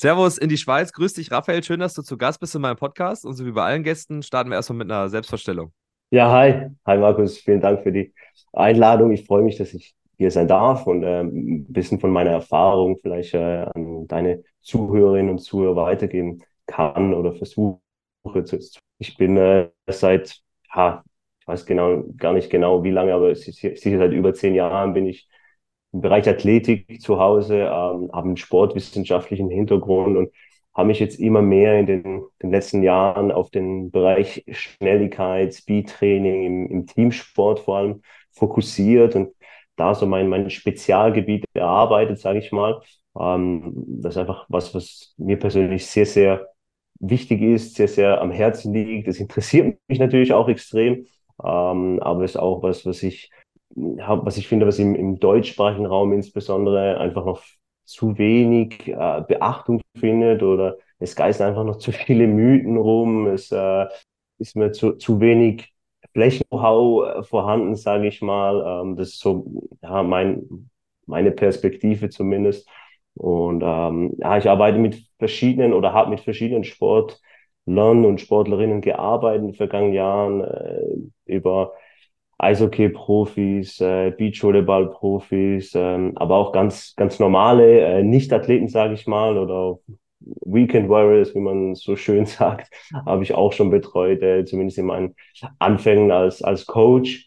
Servus in die Schweiz. Grüß dich, Raphael. Schön, dass du zu Gast bist in meinem Podcast. Und so wie bei allen Gästen starten wir erstmal mit einer Selbstvorstellung. Ja, hi. Hi Markus, vielen Dank für die Einladung. Ich freue mich, dass ich hier sein darf und ein bisschen von meiner Erfahrung vielleicht an deine Zuhörerinnen und Zuhörer weitergeben kann oder versuche zu. Ich bin seit, ich weiß genau, gar nicht genau wie lange, aber es ist sicher seit über 10 Jahren bin ich im Bereich Athletik zu Hause, habe einen sportwissenschaftlichen Hintergrund und habe mich jetzt immer mehr in den letzten Jahren auf den Bereich Schnelligkeit, Speedtraining im Teamsport vor allem fokussiert und da so mein Spezialgebiet erarbeitet, sage ich mal. Das ist einfach was mir persönlich sehr, sehr wichtig ist, sehr, sehr am Herzen liegt. Das interessiert mich natürlich auch extrem, aber ist auch was ich was ich finde, was im deutschsprachigen Raum insbesondere einfach noch zu wenig Beachtung findet oder es geistern einfach noch zu viele Mythen rum, es ist mir zu wenig Flächen-Know-how vorhanden, sage ich mal. Das ist so ja, meine Perspektive zumindest. Und ja, ich arbeite mit verschiedenen oder habe mit verschiedenen Sportlern und Sportlerinnen gearbeitet in den vergangenen Jahren über Eishockey-Profis, Beachvolleyball-Profis, aber auch ganz normale Nicht-Athleten, sage ich mal, oder Weekend Warriors, wie man so schön sagt, habe ich auch schon betreut, zumindest in meinen Anfängen als Coach.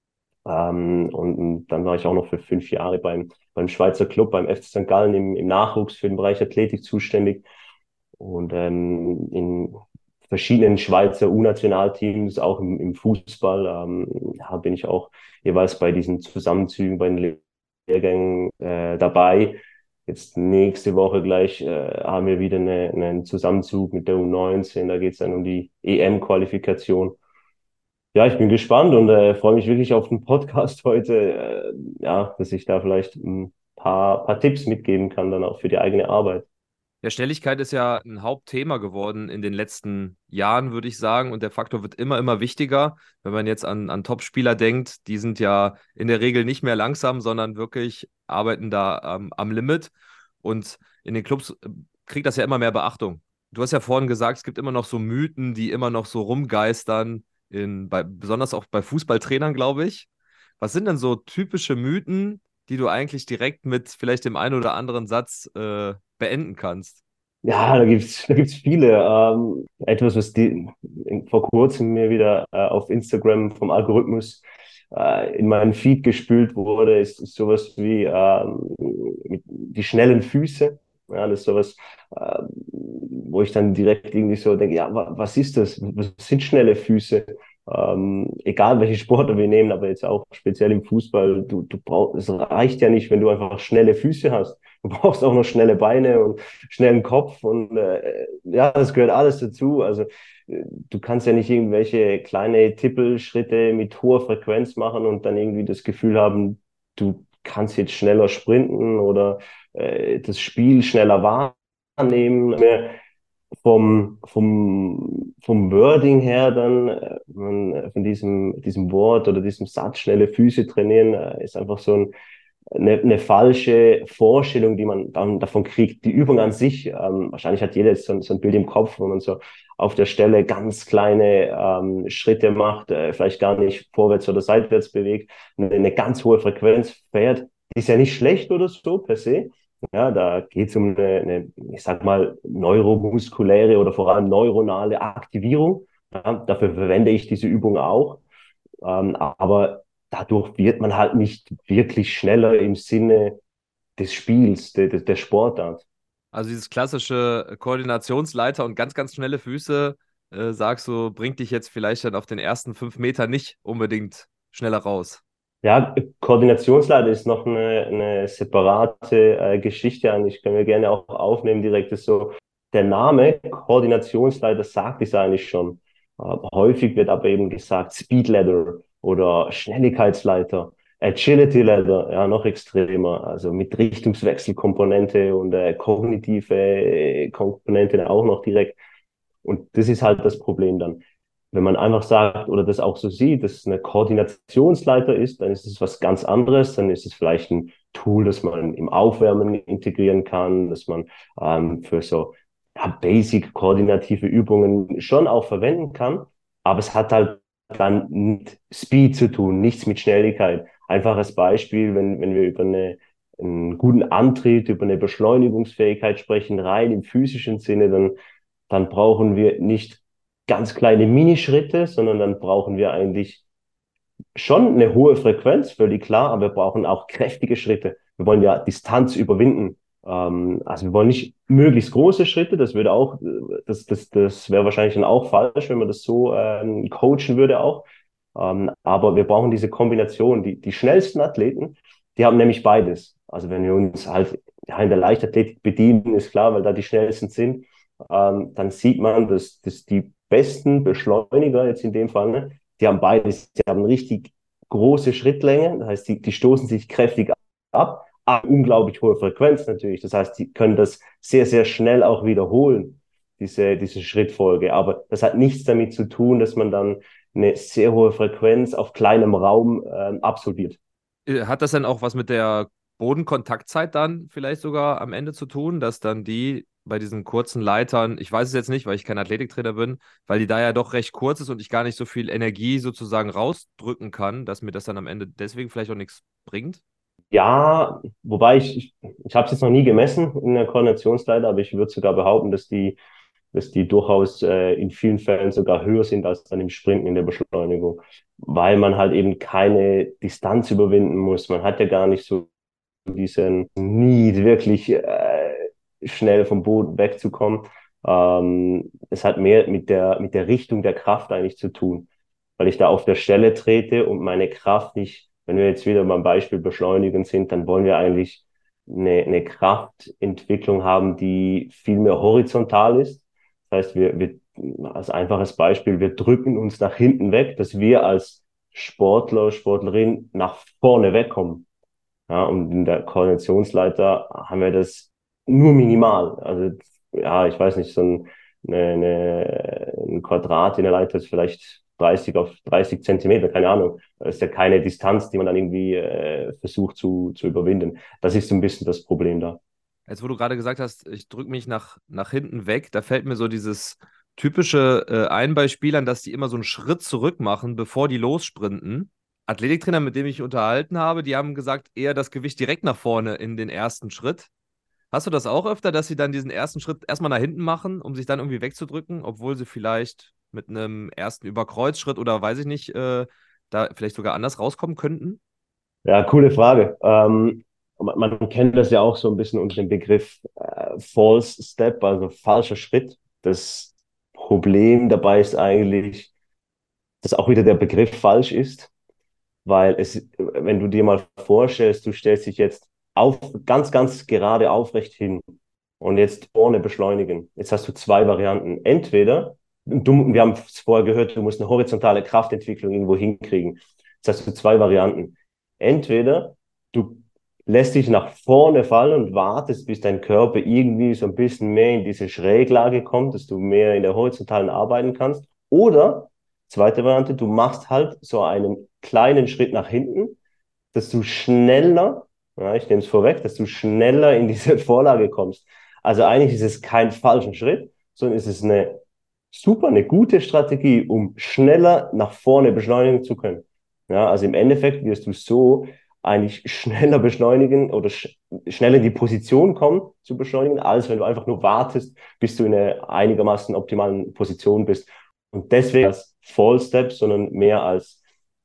Und dann war ich auch noch für 5 Jahre beim Schweizer Club, beim FC St. Gallen im Nachwuchs für den Bereich Athletik zuständig. Und in verschiedenen Schweizer U-Nationalteams, auch im Fußball, bin ich auch jeweils bei diesen Zusammenzügen, bei den Lehrgängen dabei. Jetzt nächste Woche gleich haben wir wieder einen Zusammenzug mit der U19. Da geht es dann um die EM-Qualifikation. Ja, ich bin gespannt und freue mich wirklich auf den Podcast heute. Ja, dass ich da vielleicht ein paar Tipps mitgeben kann, dann auch für die eigene Arbeit. Ja, Schnelligkeit ist ja ein Hauptthema geworden in den letzten Jahren, würde ich sagen. Und der Faktor wird immer wichtiger. Wenn man jetzt an Top-Spieler denkt, die sind ja in der Regel nicht mehr langsam, sondern wirklich arbeiten da am Limit. Und in den Clubs kriegt das ja immer mehr Beachtung. Du hast ja vorhin gesagt, es gibt immer noch so Mythen, die immer noch so rumgeistern, besonders auch bei Fußballtrainern, glaube ich. Was sind denn so typische Mythen, die du eigentlich direkt mit vielleicht dem einen oder anderen Satz beenden kannst? Ja, da gibt's viele. Etwas, was vor kurzem mir wieder auf Instagram vom Algorithmus in meinen Feed gespült wurde, ist sowas wie die schnellen Füße. Ja, das ist sowas, wo ich dann direkt irgendwie so denke, ja, was ist das? Was sind schnelle Füße? Egal welche Sportler wir nehmen, aber jetzt auch speziell im Fußball, du brauchst, es reicht ja nicht, wenn du einfach schnelle Füße hast. Du brauchst auch noch schnelle Beine und schnellen Kopf und ja, das gehört alles dazu. Also du kannst ja nicht irgendwelche kleine Tippelschritte mit hoher Frequenz machen und dann irgendwie das Gefühl haben, du kannst jetzt schneller sprinten oder das Spiel schneller wahrnehmen. Vom Wording her dann, von diesem Wort oder diesem Satz, schnelle Füße trainieren, ist einfach so eine falsche Vorstellung, die man dann davon kriegt. Die Übung an sich, wahrscheinlich hat jeder jetzt so ein Bild im Kopf, wo man so auf der Stelle ganz kleine Schritte macht, vielleicht gar nicht vorwärts oder seitwärts bewegt, eine ganz hohe Frequenz fährt. Ist ja nicht schlecht oder so per se. Ja, da geht es um ich sag mal, neuromuskuläre oder vor allem neuronale Aktivierung. Ja, dafür verwende ich diese Übung auch. Aber dadurch wird man halt nicht wirklich schneller im Sinne des Spiels, der Sportart. Also dieses klassische Koordinationsleiter und ganz schnelle Füße, sagst du, bringt dich jetzt vielleicht dann auf den ersten 5 Meter nicht unbedingt schneller raus. Ja, Koordinationsleiter ist noch eine separate Geschichte an. Ich kann mir gerne auch aufnehmen, direkt ist so. Der Name Koordinationsleiter sagt es eigentlich schon. Häufig wird aber eben gesagt Speed Ladder oder Schnelligkeitsleiter, Agility Ladder, ja, noch extremer, also mit Richtungswechselkomponente und kognitive Komponente auch noch direkt. Und das ist halt das Problem dann. Wenn man einfach sagt oder das auch so sieht, dass es eine Koordinationsleiter ist, dann ist es was ganz anderes. Dann ist es vielleicht ein Tool, das man im Aufwärmen integrieren kann, dass man für so basic koordinative Übungen schon auch verwenden kann. Aber es hat halt dann mit Speed zu tun, nichts mit Schnelligkeit. Einfaches Beispiel, wenn wir über einen guten Antritt, über eine Beschleunigungsfähigkeit sprechen, rein im physischen Sinne, dann brauchen wir nicht ganz kleine Minischritte, sondern dann brauchen wir eigentlich schon eine hohe Frequenz, völlig klar, aber wir brauchen auch kräftige Schritte. Wir wollen ja Distanz überwinden. Also wir wollen nicht möglichst große Schritte, das würde auch, das wäre wahrscheinlich dann auch falsch, wenn man das so coachen würde auch. Aber wir brauchen diese Kombination. Die schnellsten Athleten, die haben nämlich beides. Also wenn wir uns halt ja, in der Leichtathletik bedienen, ist klar, weil da die schnellsten sind, dann sieht man, dass die besten Beschleuniger jetzt in dem Fall, ne, die haben beides. Die haben richtig große Schrittlänge, das heißt, die stoßen sich kräftig ab, aber unglaublich hohe Frequenz natürlich. Das heißt, die können das sehr, sehr schnell auch wiederholen, diese Schrittfolge. Aber das hat nichts damit zu tun, dass man dann eine sehr hohe Frequenz auf kleinem Raum absolviert. Hat das denn auch was mit der Bodenkontaktzeit dann vielleicht sogar am Ende zu tun, dass dann die bei diesen kurzen Leitern, ich weiß es jetzt nicht, weil ich kein Athletiktrainer bin, weil die da ja doch recht kurz ist und ich gar nicht so viel Energie sozusagen rausdrücken kann, dass mir das dann am Ende deswegen vielleicht auch nichts bringt? Ja, wobei ich habe es jetzt noch nie gemessen in der Koordinationsleiter, aber ich würde sogar behaupten, dass die durchaus in vielen Fällen sogar höher sind als dann im Sprinten in der Beschleunigung, weil man halt eben keine Distanz überwinden muss. Man hat ja gar nicht so diesen Need, wirklich schnell vom Boden wegzukommen. Es hat mehr mit der Richtung der Kraft eigentlich zu tun, weil ich da auf der Stelle trete und meine Kraft nicht, wenn wir jetzt wieder beim Beispiel Beschleunigen sind, dann wollen wir eigentlich eine Kraftentwicklung haben, die viel mehr horizontal ist. Das heißt, als einfaches Beispiel, wir drücken uns nach hinten weg, dass wir als Sportler, Sportlerin nach vorne wegkommen. Ja, und in der Koordinationsleiter haben wir das nur minimal. Also, ja, ich weiß nicht, ein Quadrat in der Leiter ist vielleicht 30 auf 30 Zentimeter, keine Ahnung. Das ist ja keine Distanz, die man dann irgendwie versucht zu überwinden. Das ist so ein bisschen das Problem da. Jetzt, wo du gerade gesagt hast, ich drücke mich nach hinten weg, da fällt mir so dieses typische ein bei Spielern, dass die immer so einen Schritt zurück machen, bevor die lossprinten. Athletiktrainer, mit dem ich unterhalten habe, die haben gesagt, eher das Gewicht direkt nach vorne in den ersten Schritt. Hast du das auch öfter, dass sie dann diesen ersten Schritt erstmal nach hinten machen, um sich dann irgendwie wegzudrücken, obwohl sie vielleicht mit einem ersten Überkreuzschritt oder weiß ich nicht, da vielleicht sogar anders rauskommen könnten? Ja, coole Frage. Man kennt das ja auch so ein bisschen unter dem Begriff False Step, also falscher Schritt. Das Problem dabei ist eigentlich, dass auch wieder der Begriff falsch ist, weil wenn du dir mal vorstellst, du stellst dich jetzt ganz, ganz gerade aufrecht hin und jetzt vorne beschleunigen. Jetzt hast du zwei Varianten. Entweder, wir haben es vorher gehört, du musst eine horizontale Kraftentwicklung irgendwo hinkriegen. Jetzt hast du zwei Varianten. Entweder du lässt dich nach vorne fallen und wartest, bis dein Körper irgendwie so ein bisschen mehr in diese Schräglage kommt, dass du mehr in der horizontalen arbeiten kannst. Oder, zweite Variante, du machst halt so einen kleinen Schritt nach hinten, dass du schneller, ja, ich nehme es vorweg, dass du schneller in diese Vorlage kommst. Also eigentlich ist es kein falscher Schritt, sondern es ist eine gute Strategie, um schneller nach vorne beschleunigen zu können. Ja, also im Endeffekt wirst du so eigentlich schneller beschleunigen oder schneller in die Position kommen zu beschleunigen, als wenn du einfach nur wartest, bis du in einer einigermaßen optimalen Position bist. Und deswegen als Fall Step, sondern mehr als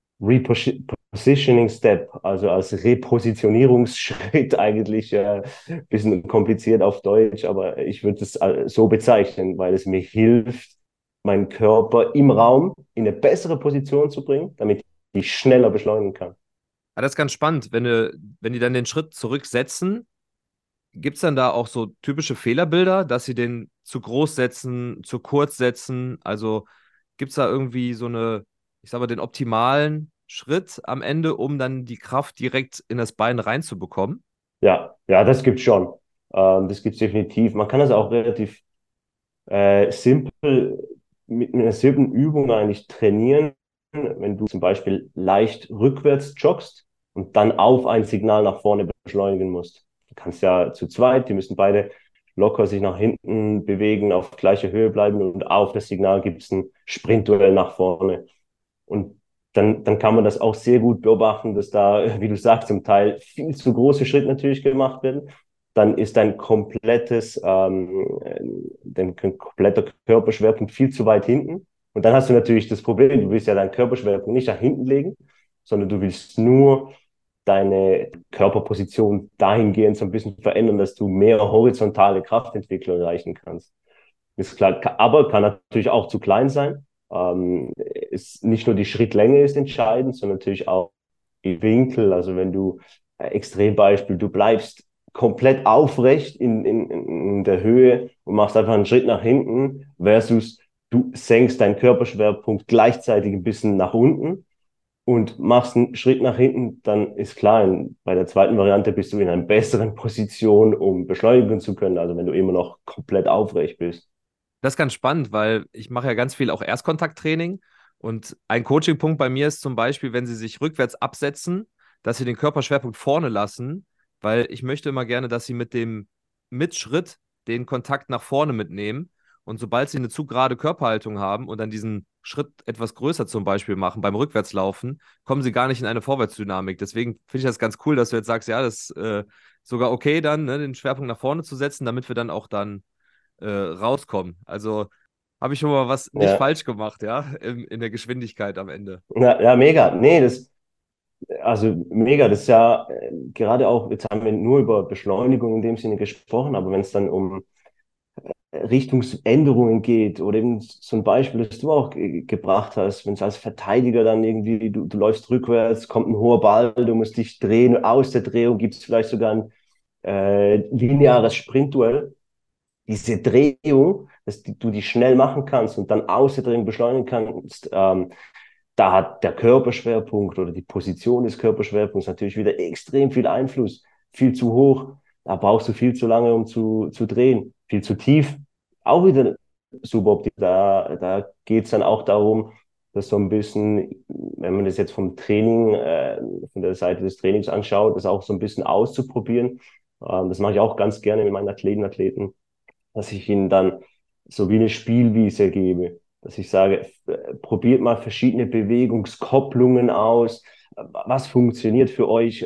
Repositioning Step, also als Repositionierungsschritt eigentlich, bisschen kompliziert auf Deutsch, aber ich würde es so bezeichnen, weil es mir hilft, meinen Körper im Raum in eine bessere Position zu bringen, damit ich schneller beschleunigen kann. Ah, das ist ganz spannend. Wenn die dann den Schritt zurücksetzen, gibt es dann da auch so typische Fehlerbilder, dass sie den zu groß setzen, zu kurz setzen? Also gibt es da irgendwie so ich sag mal, den optimalen Schritt am Ende, um dann die Kraft direkt in das Bein reinzubekommen? Ja, ja, das gibt's schon. Das gibt's definitiv. Man kann das auch relativ simpel mit einer simplen Übung eigentlich trainieren, wenn du zum Beispiel leicht rückwärts joggst und dann auf ein Signal nach vorne beschleunigen musst. Du kannst ja zu zweit, die müssen beide locker sich nach hinten bewegen, auf gleicher Höhe bleiben und auf das Signal gibt es ein Sprintduell nach vorne. Und dann kann man das auch sehr gut beobachten, dass da, wie du sagst, zum Teil viel zu große Schritte natürlich gemacht werden. Dann ist dein kompletter Körperschwerpunkt viel zu weit hinten. Und dann hast du natürlich das Problem, du willst ja deinen Körperschwerpunkt nicht nach hinten legen, sondern du willst nur deine Körperposition dahingehend so ein bisschen verändern, dass du mehr horizontale Kraftentwicklung erreichen kannst. Ist klar, aber kann natürlich auch zu klein sein. Ist nicht nur die Schrittlänge ist entscheidend, sondern natürlich auch die Winkel. Also wenn du Extrembeispiel, du bleibst komplett aufrecht in der Höhe und machst einfach einen Schritt nach hinten versus du senkst deinen Körperschwerpunkt gleichzeitig ein bisschen nach unten und machst einen Schritt nach hinten, dann ist klar, bei der zweiten Variante bist du in einer besseren Position, um beschleunigen zu können, also wenn du immer noch komplett aufrecht bist. Das ist ganz spannend, weil ich mache ja ganz viel auch Erstkontakttraining und ein Coachingpunkt bei mir ist zum Beispiel, wenn Sie sich rückwärts absetzen, dass Sie den Körperschwerpunkt vorne lassen, weil ich möchte immer gerne, dass Sie mit dem Mitschritt den Kontakt nach vorne mitnehmen und sobald Sie eine zu gerade Körperhaltung haben und dann diesen Schritt etwas größer zum Beispiel machen beim Rückwärtslaufen, kommen Sie gar nicht in eine Vorwärtsdynamik. Deswegen finde ich das ganz cool, dass du jetzt sagst, ja, das ist sogar okay dann, ne, den Schwerpunkt nach vorne zu setzen, damit wir dann auch dann rauskommen. Also habe ich schon mal was nicht Ja, falsch gemacht, ja, in der Geschwindigkeit am Ende. ja, mega. Nee, also mega, das ist ja gerade auch, jetzt haben wir nur über Beschleunigung in dem Sinne gesprochen, aber wenn es dann um Richtungsänderungen geht oder eben so ein Beispiel, das du auch gebracht hast, wenn es als Verteidiger dann irgendwie, du läufst rückwärts, kommt ein hoher Ball, du musst dich drehen, aus der Drehung gibt es vielleicht sogar ein lineares Sprintduell. Diese Drehung, du die schnell machen kannst und dann aus der Drehung beschleunigen kannst, da hat der Körperschwerpunkt oder die Position des Körperschwerpunkts natürlich wieder extrem viel Einfluss. Viel zu hoch, da brauchst du viel zu lange, um zu drehen. Viel zu tief, auch wieder suboptimal. Da geht es dann auch darum, dass so ein bisschen, wenn man das jetzt vom Training, von der Seite des Trainings anschaut, das auch so ein bisschen auszuprobieren. Das mache ich auch ganz gerne mit meinen Athleten, dass ich ihnen dann so wie eine Spielwiese gebe, dass ich sage, probiert mal verschiedene Bewegungskopplungen aus, was funktioniert für euch,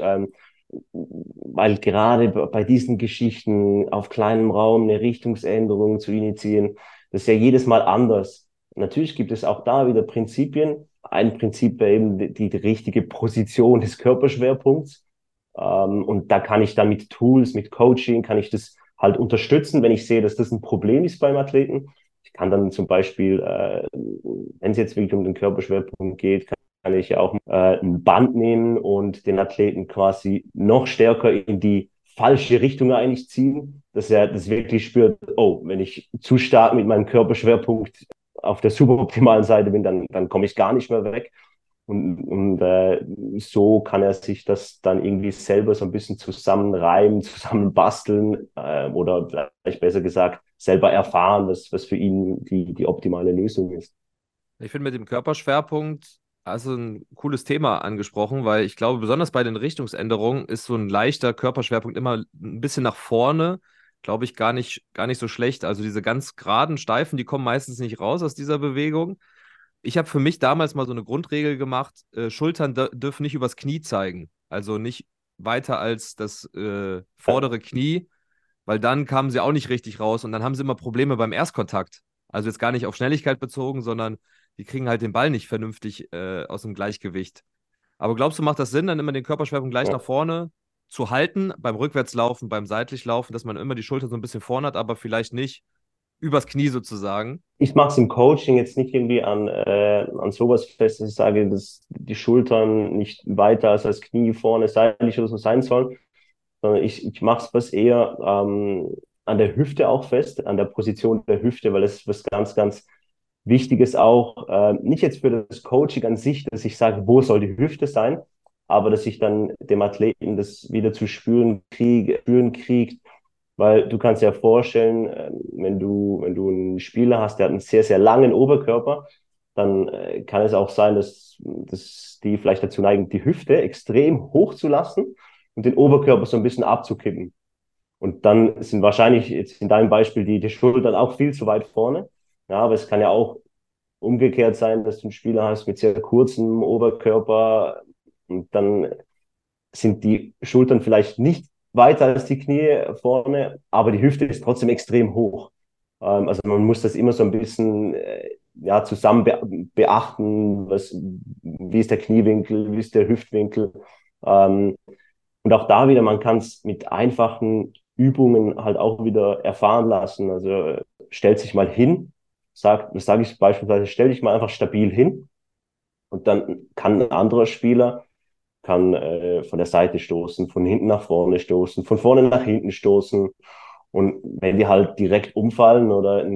weil gerade bei diesen Geschichten auf kleinem Raum eine Richtungsänderung zu initiieren, das ist ja jedes Mal anders. Natürlich gibt es auch da wieder Prinzipien. Ein Prinzip wäre eben die richtige Position des Körperschwerpunkts. Und da kann ich dann mit Tools, mit Coaching, kann ich das halt unterstützen, wenn ich sehe, dass das ein Problem ist beim Athleten. Ich kann dann zum Beispiel, wenn es jetzt wirklich um den Körperschwerpunkt geht, kann ich ja auch ein Band nehmen und den Athleten quasi noch stärker in die falsche Richtung eigentlich ziehen, dass er das wirklich spürt, oh, wenn ich zu stark mit meinem Körperschwerpunkt auf der suboptimalen Seite bin, dann komme ich gar nicht mehr weg. Und so kann er sich das dann irgendwie selber so ein bisschen zusammenreimen, zusammenbasteln oder vielleicht besser gesagt selber erfahren, was für ihn die optimale Lösung ist. Ich finde mit dem Körperschwerpunkt hast du ein cooles Thema angesprochen, weil ich glaube, besonders bei den Richtungsänderungen ist so ein leichter Körperschwerpunkt immer ein bisschen nach vorne, glaube ich, gar nicht so schlecht. Also diese ganz geraden Steifen, die kommen meistens nicht raus aus dieser Bewegung. Ich habe für mich damals mal so eine Grundregel gemacht, Schultern dürfen nicht übers Knie zeigen. Also nicht weiter als das Ja, vordere Knie, weil dann kamen sie auch nicht richtig raus und dann haben sie immer Probleme beim Erstkontakt. Also jetzt gar nicht auf Schnelligkeit bezogen, sondern die kriegen halt den Ball nicht vernünftig aus dem Gleichgewicht. Aber glaubst du, macht das Sinn, dann immer den Körperschwerpunkt gleich nach ja. vorne zu halten, beim Rückwärtslaufen, beim Seitlichlaufen, dass man immer die Schulter so ein bisschen vorne hat, aber vielleicht nicht übers Knie sozusagen? Ich mache es im Coaching jetzt nicht irgendwie an sowas fest, dass ich sage, dass die Schultern nicht weiter als das Knie vorne seitlich oder so sein sollen, sondern ich mache es was eher an der Hüfte auch fest, an der Position der Hüfte, weil das ist was ganz, ganz Wichtiges auch, nicht jetzt für das Coaching an sich, dass ich sage, wo soll die Hüfte sein, aber dass ich dann dem Athleten das wieder zu spüren kriegt, weil du kannst dir ja vorstellen, wenn du einen Spieler hast, der hat einen sehr, sehr langen Oberkörper, dann kann es auch sein, dass die vielleicht dazu neigen, die Hüfte extrem hoch zu lassen. und den Oberkörper so ein bisschen abzukippen. Und dann sind wahrscheinlich jetzt in deinem Beispiel die Schultern auch viel zu weit vorne. Ja, aber es kann ja auch umgekehrt sein, dass du einen Spieler hast mit sehr kurzem Oberkörper und dann sind die Schultern vielleicht nicht weiter als die Knie vorne, aber die Hüfte ist trotzdem extrem hoch. Also man muss das immer so ein bisschen ja, zusammen beachten, wie ist der Kniewinkel, wie ist der Hüftwinkel. Ähm, und auch da wieder, man kann es mit einfachen Übungen halt auch wieder erfahren lassen. Also stellt sich mal hin, das sage ich beispielsweise, stell dich mal einfach stabil hin und dann kann ein anderer Spieler kann von der Seite stoßen, von hinten nach vorne stoßen, von vorne nach hinten stoßen. Und wenn die halt direkt umfallen oder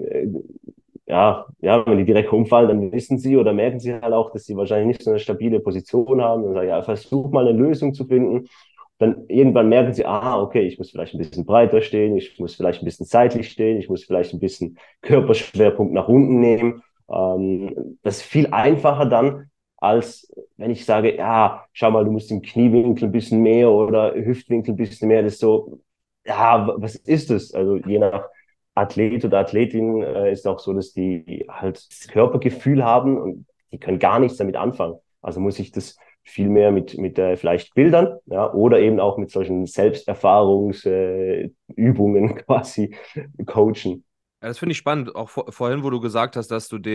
wenn die direkt umfallen, dann wissen sie oder merken sie halt auch, dass sie wahrscheinlich nicht so eine stabile Position haben. Dann sagen, ja, versuch mal eine Lösung zu finden. Dann irgendwann merken sie, okay, ich muss vielleicht ein bisschen breiter stehen, ich muss vielleicht ein bisschen seitlich stehen, ich muss vielleicht ein bisschen Körperschwerpunkt nach unten nehmen. Das ist viel einfacher dann, als wenn ich sage, ja, schau mal, du musst im Kniewinkel ein bisschen mehr oder Hüftwinkel ein bisschen mehr. Das ist so, ja, was ist das? Also je nach Athlet oder Athletin ist auch so, dass die halt das Körpergefühl haben und die können gar nichts damit anfangen. Also muss ich das viel mehr mit vielleicht Bildern, ja, oder eben auch mit solchen Selbsterfahrungsübungen quasi coachen. Ja, das finde ich spannend, auch vorhin, wo du gesagt hast,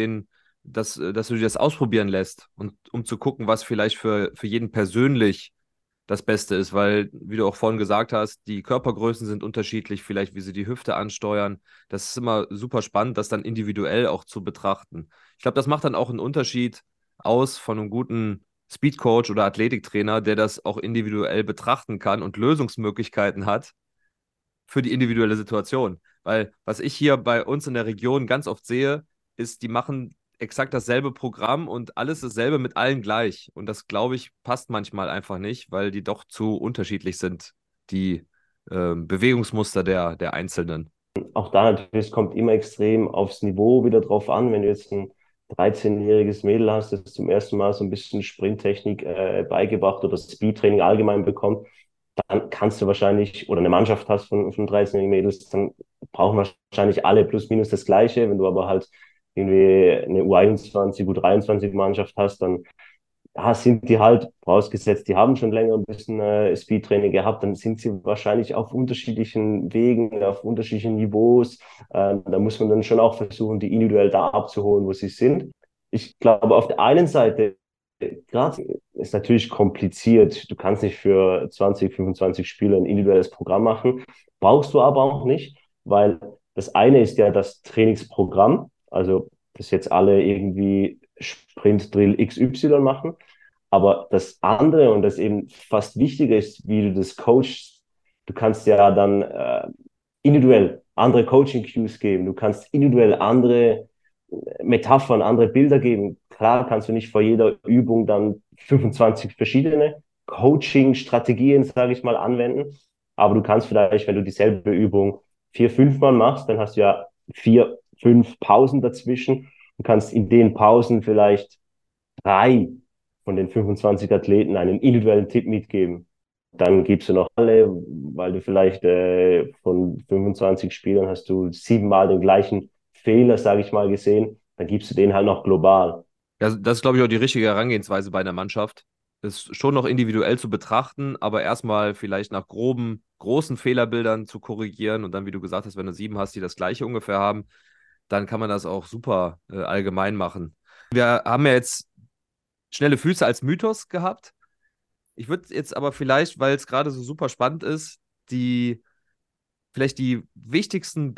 dass du dir das ausprobieren lässt und um zu gucken, was vielleicht für jeden persönlich das Beste ist, weil, wie du auch vorhin gesagt hast, die Körpergrößen sind unterschiedlich, vielleicht wie sie die Hüfte ansteuern. Das ist immer super spannend, das dann individuell auch zu betrachten. Ich glaube, das macht dann auch einen Unterschied aus von einem guten Speedcoach oder Athletiktrainer, der das auch individuell betrachten kann und Lösungsmöglichkeiten hat für die individuelle Situation. Weil was ich hier bei uns in der Region ganz oft sehe, ist, die machen exakt dasselbe Programm und alles dasselbe mit allen gleich. Und das, glaube ich, passt manchmal einfach nicht, weil die doch zu unterschiedlich sind, die Bewegungsmuster der Einzelnen. Auch da natürlich, es kommt immer extrem aufs Niveau wieder drauf an. Wenn du jetzt ein 13-jähriges Mädel hast, das zum ersten Mal so ein bisschen Sprinttechnik beigebracht oder Speedtraining allgemein bekommt, dann kannst du wahrscheinlich, oder eine Mannschaft hast von 13-jährigen Mädels, dann brauchen wahrscheinlich alle plus minus das Gleiche. Wenn du aber halt irgendwie eine U21, U23-Mannschaft hast, dann sind die halt, vorausgesetzt, die haben schon länger ein bisschen Speedtraining gehabt, dann sind sie wahrscheinlich auf unterschiedlichen Wegen, auf unterschiedlichen Niveaus. Da muss man dann schon auch versuchen, die individuell da abzuholen, wo sie sind. Ich glaube, auf der einen Seite, gerade ist natürlich kompliziert. Du kannst nicht für 20, 25 Spieler ein individuelles Programm machen. Brauchst du aber auch nicht, weil das eine ist ja das Trainingsprogramm, also dass jetzt alle irgendwie Sprint Drill XY machen. Aber das andere und das eben fast wichtiger ist, wie du das coachst, du kannst ja dann individuell andere Coaching-Cues geben, du kannst individuell andere Metaphern, andere Bilder geben. Klar kannst du nicht vor jeder Übung dann 25 verschiedene Coaching-Strategien, sage ich mal, anwenden, aber du kannst vielleicht, wenn du dieselbe Übung 4, 5 Mal machst, dann hast du ja 4, 5 Pausen dazwischen und kannst in den Pausen vielleicht 3 von den 25 Athleten einen individuellen Tipp mitgeben. Dann gibst du noch alle, weil du vielleicht von 25 Spielern hast du 7 Mal den gleichen Fehler, sage ich mal, gesehen. Dann gibst du den halt noch global. Ja, das ist, glaube ich, auch die richtige Herangehensweise bei einer Mannschaft. Ist schon noch individuell zu betrachten, aber erstmal vielleicht nach groben, großen Fehlerbildern zu korrigieren und dann, wie du gesagt hast, wenn du 7 hast, die das gleiche ungefähr haben, dann kann man das auch super allgemein machen. Wir haben ja jetzt schnelle Füße als Mythos gehabt. Ich würde jetzt aber vielleicht, weil es gerade so super spannend ist, vielleicht die wichtigsten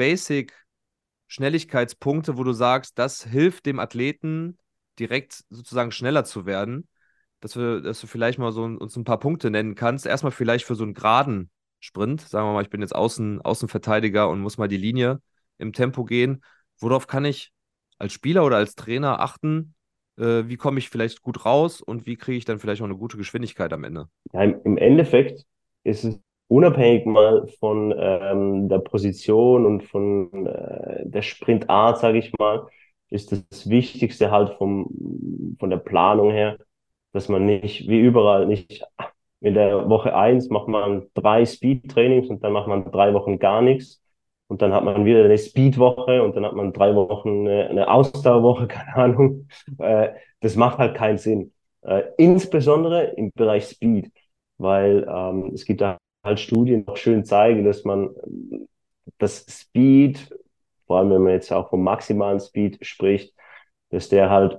Basic-Schnelligkeitspunkte, wo du sagst, das hilft dem Athleten direkt sozusagen schneller zu werden, dass du vielleicht mal uns ein paar Punkte nennen kannst. Erstmal vielleicht für so einen geraden Sprint. Sagen wir mal, ich bin jetzt Außenverteidiger und muss mal die Linie im Tempo gehen. Worauf kann ich als Spieler oder als Trainer achten? Wie komme ich vielleicht gut raus und wie kriege ich dann vielleicht auch eine gute Geschwindigkeit am Ende? Ja, im Endeffekt ist es unabhängig mal von der Position und von der Sprintart, sage ich mal, ist das Wichtigste halt von der Planung her, dass man nicht, wie überall, nicht in der Woche 1 macht man 3 Speed-Trainings und dann macht man 3 Wochen gar nichts. Und dann hat man wieder eine Speed-Woche und dann hat man 3 Wochen eine Ausdauerwoche, keine Ahnung. Das macht halt keinen Sinn. Insbesondere im Bereich Speed, weil es gibt da halt Studien, die auch schön zeigen, dass man das Speed, vor allem wenn man jetzt auch vom maximalen Speed spricht, dass der halt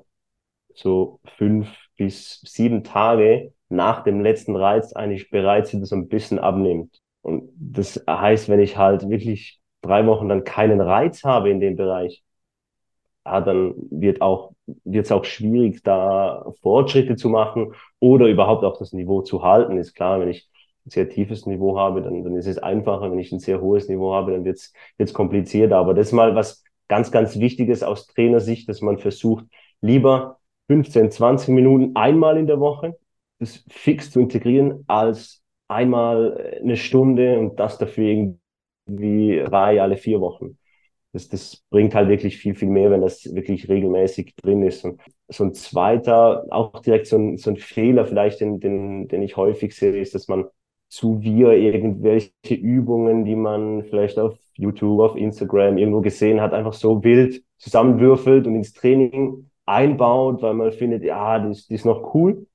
so 5 bis 7 Tage nach dem letzten Reiz eigentlich bereits wieder so ein bisschen abnimmt. Und das heißt, wenn ich halt wirklich 3 Wochen dann keinen Reiz habe in dem Bereich, ja, dann wird es auch schwierig, da Fortschritte zu machen oder überhaupt auch das Niveau zu halten. Ist klar, wenn ich ein sehr tiefes Niveau habe, dann ist es einfacher. Wenn ich ein sehr hohes Niveau habe, dann wird's komplizierter. Aber das ist mal was ganz, ganz Wichtiges aus Trainersicht, dass man versucht, lieber 15, 20 Minuten einmal in der Woche das fix zu integrieren, als einmal eine Stunde und das dafür irgendwie alle 4 Wochen. Das bringt halt wirklich viel, viel mehr, wenn das wirklich regelmäßig drin ist. Und so ein zweiter, auch direkt so ein Fehler vielleicht, den ich häufig sehe, ist, dass man zu wir irgendwelche Übungen, die man vielleicht auf YouTube, auf Instagram irgendwo gesehen hat, einfach so wild zusammenwürfelt und ins Training einbaut, weil man findet, ja, die ist noch cool.